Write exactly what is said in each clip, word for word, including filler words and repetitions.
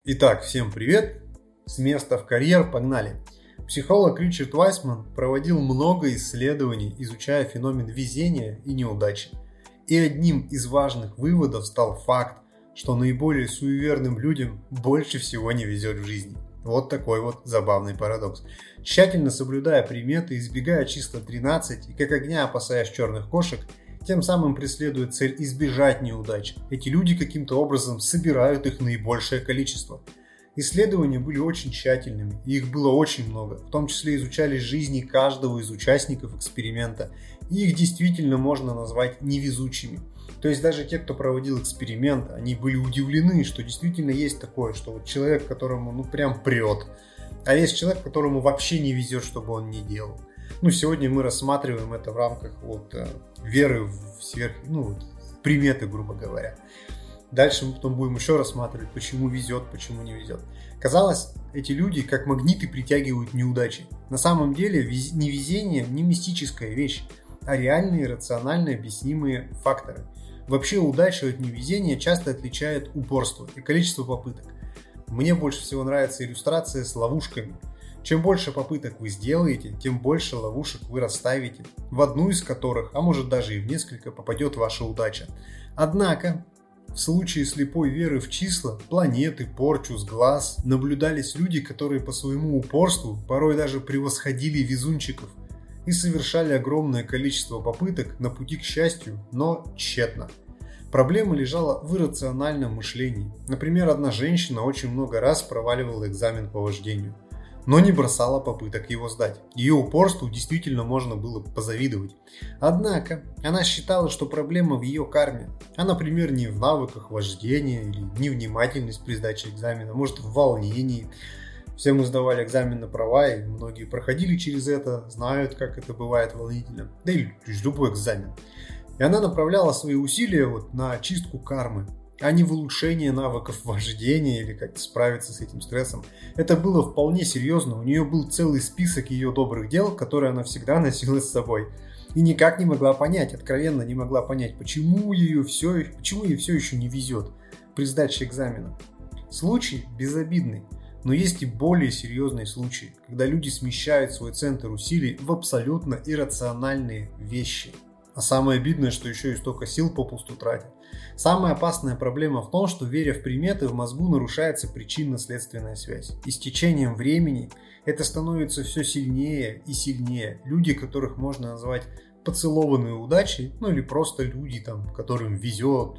Итак, всем привет! С места в карьер, погнали! Психолог Ричард Вайсман проводил много исследований, изучая феномен везения и неудачи. И одним из важных выводов стал факт, что наиболее суеверным людям больше всего не везет в жизни. Вот такой вот забавный парадокс. Тщательно соблюдая приметы, избегая числа тринадцать и как огня опасаясь черных кошек, тем самым преследует цель избежать неудач. Эти люди каким-то образом собирают их наибольшее количество. Исследования были очень тщательными, и их было очень много. В том числе изучались жизни каждого из участников эксперимента, и их действительно можно назвать невезучими. То есть даже те, кто проводил эксперимент, они были удивлены, что действительно есть такое, что вот человек, которому ну прям прет, а есть человек, которому вообще не везет, что бы он ни делал. Ну, сегодня мы рассматриваем это в рамках вот, э, веры в сверх, ну, вот, приметы, грубо говоря. Дальше мы потом будем еще рассматривать, почему везет, почему не везет. Казалось, эти люди как магниты притягивают неудачи. На самом деле вез... невезение не мистическая вещь, а реальные рационально объяснимые факторы. Вообще удачу от невезения часто отличает упорство и количество попыток. Мне больше всего нравится иллюстрация с ловушками. Чем больше попыток вы сделаете, тем больше ловушек вы расставите, в одну из которых, а может даже и в несколько, попадет ваша удача. Однако, в случае слепой веры в числа, планеты, порчу с глаз, наблюдались люди, которые по своему упорству порой даже превосходили везунчиков и совершали огромное количество попыток на пути к счастью, но тщетно. Проблема лежала в иррациональном мышлении. Например, одна женщина очень много раз проваливала экзамен по вождению, но не бросала попыток его сдать. Ее упорству действительно можно было позавидовать. Однако, она считала, что проблема в ее карме. А, например, не в навыках вождения или невнимательность при сдаче экзамена, может в волнении. Все мы сдавали экзамен на права, и многие проходили через это, знают, как это бывает волнительно. Да и любой экзамен. И она направляла свои усилия вот на чистку кармы, а не в улучшение навыков вождения или как-то справиться с этим стрессом. Это было вполне серьезно, у нее был целый список ее добрых дел, которые она всегда носила с собой. И никак не могла понять, откровенно не могла понять, почему, ее все, почему ей все еще не везет при сдаче экзамена. Случай безобидный, но есть и более серьезные случаи, когда люди смещают свой центр усилий в абсолютно иррациональные вещи. А самое обидное, что еще и столько сил попусту тратят. Самая опасная проблема в том, что, веря в приметы, в мозгу нарушается причинно-следственная связь. И с течением времени это становится все сильнее и сильнее. Люди, которых можно назвать поцелованные удачей, ну или просто люди, там, которым везет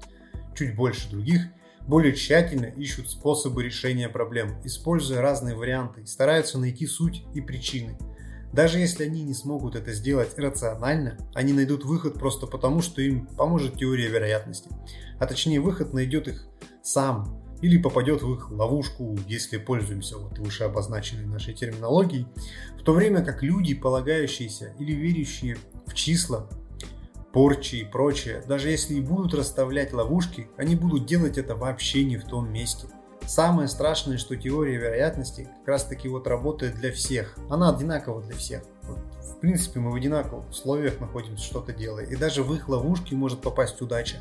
чуть больше других, более тщательно ищут способы решения проблем, используя разные варианты и стараются найти суть и причины. Даже если они не смогут это сделать рационально, они найдут выход просто потому, что им поможет теория вероятности. А точнее, выход найдет их сам или попадет в их ловушку, если пользуемся вот выше обозначенной нашей терминологией. В то время как люди, полагающиеся или верящие в числа, порчи и прочее, даже если и будут расставлять ловушки, они будут делать это вообще не в том месте. Самое страшное, что теория вероятности как раз таки вот работает для всех. Она одинакова для всех. Вот, в принципе, мы в одинаковых условиях находимся, что-то делая. И даже в их ловушки может попасть удача.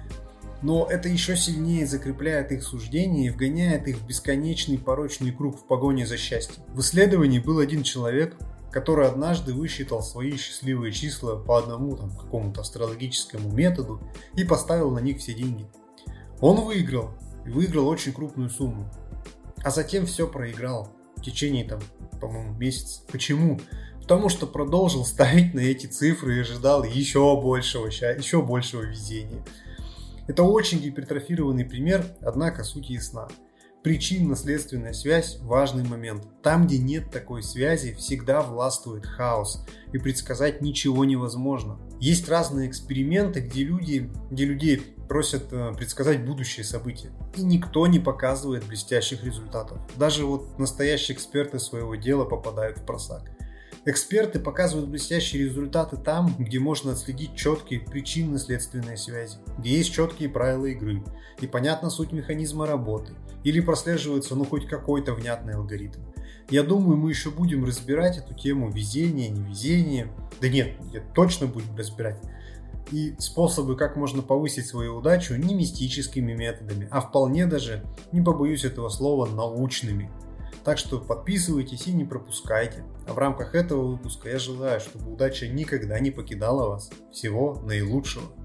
Но это еще сильнее закрепляет их суждения и вгоняет их в бесконечный порочный круг в погоне за счастьем. В исследовании был один человек, который однажды высчитал свои счастливые числа по одному там, какому-то астрологическому методу и поставил на них все деньги. Он выиграл. И выиграл очень крупную сумму. А затем все проиграл в течение, там, по-моему, месяца. Почему? Потому что продолжил ставить на эти цифры и ожидал еще большего, еще большего везения. Это очень гипертрофированный пример, однако суть ясна. Причинно-следственная связь – важный момент. Там, где нет такой связи, всегда властвует хаос, и предсказать ничего невозможно. Есть разные эксперименты, где люди, где людей просят предсказать будущее события, и никто не показывает блестящих результатов. Даже вот настоящие эксперты своего дела попадают в просак. Эксперты показывают блестящие результаты там, где можно отследить четкие причинно-следственные связи, где есть четкие правила игры и понятна суть механизма работы, или прослеживается ну хоть какой-то внятный алгоритм. Я думаю, мы еще будем разбирать эту тему везения, невезения. Да нет, точно будем разбирать. и способы, как можно повысить свою удачу, не мистическими методами, а вполне даже, не побоюсь этого слова, научными. Так что подписывайтесь и не пропускайте. А в рамках этого выпуска я желаю, чтобы удача никогда не покидала вас. Всего наилучшего.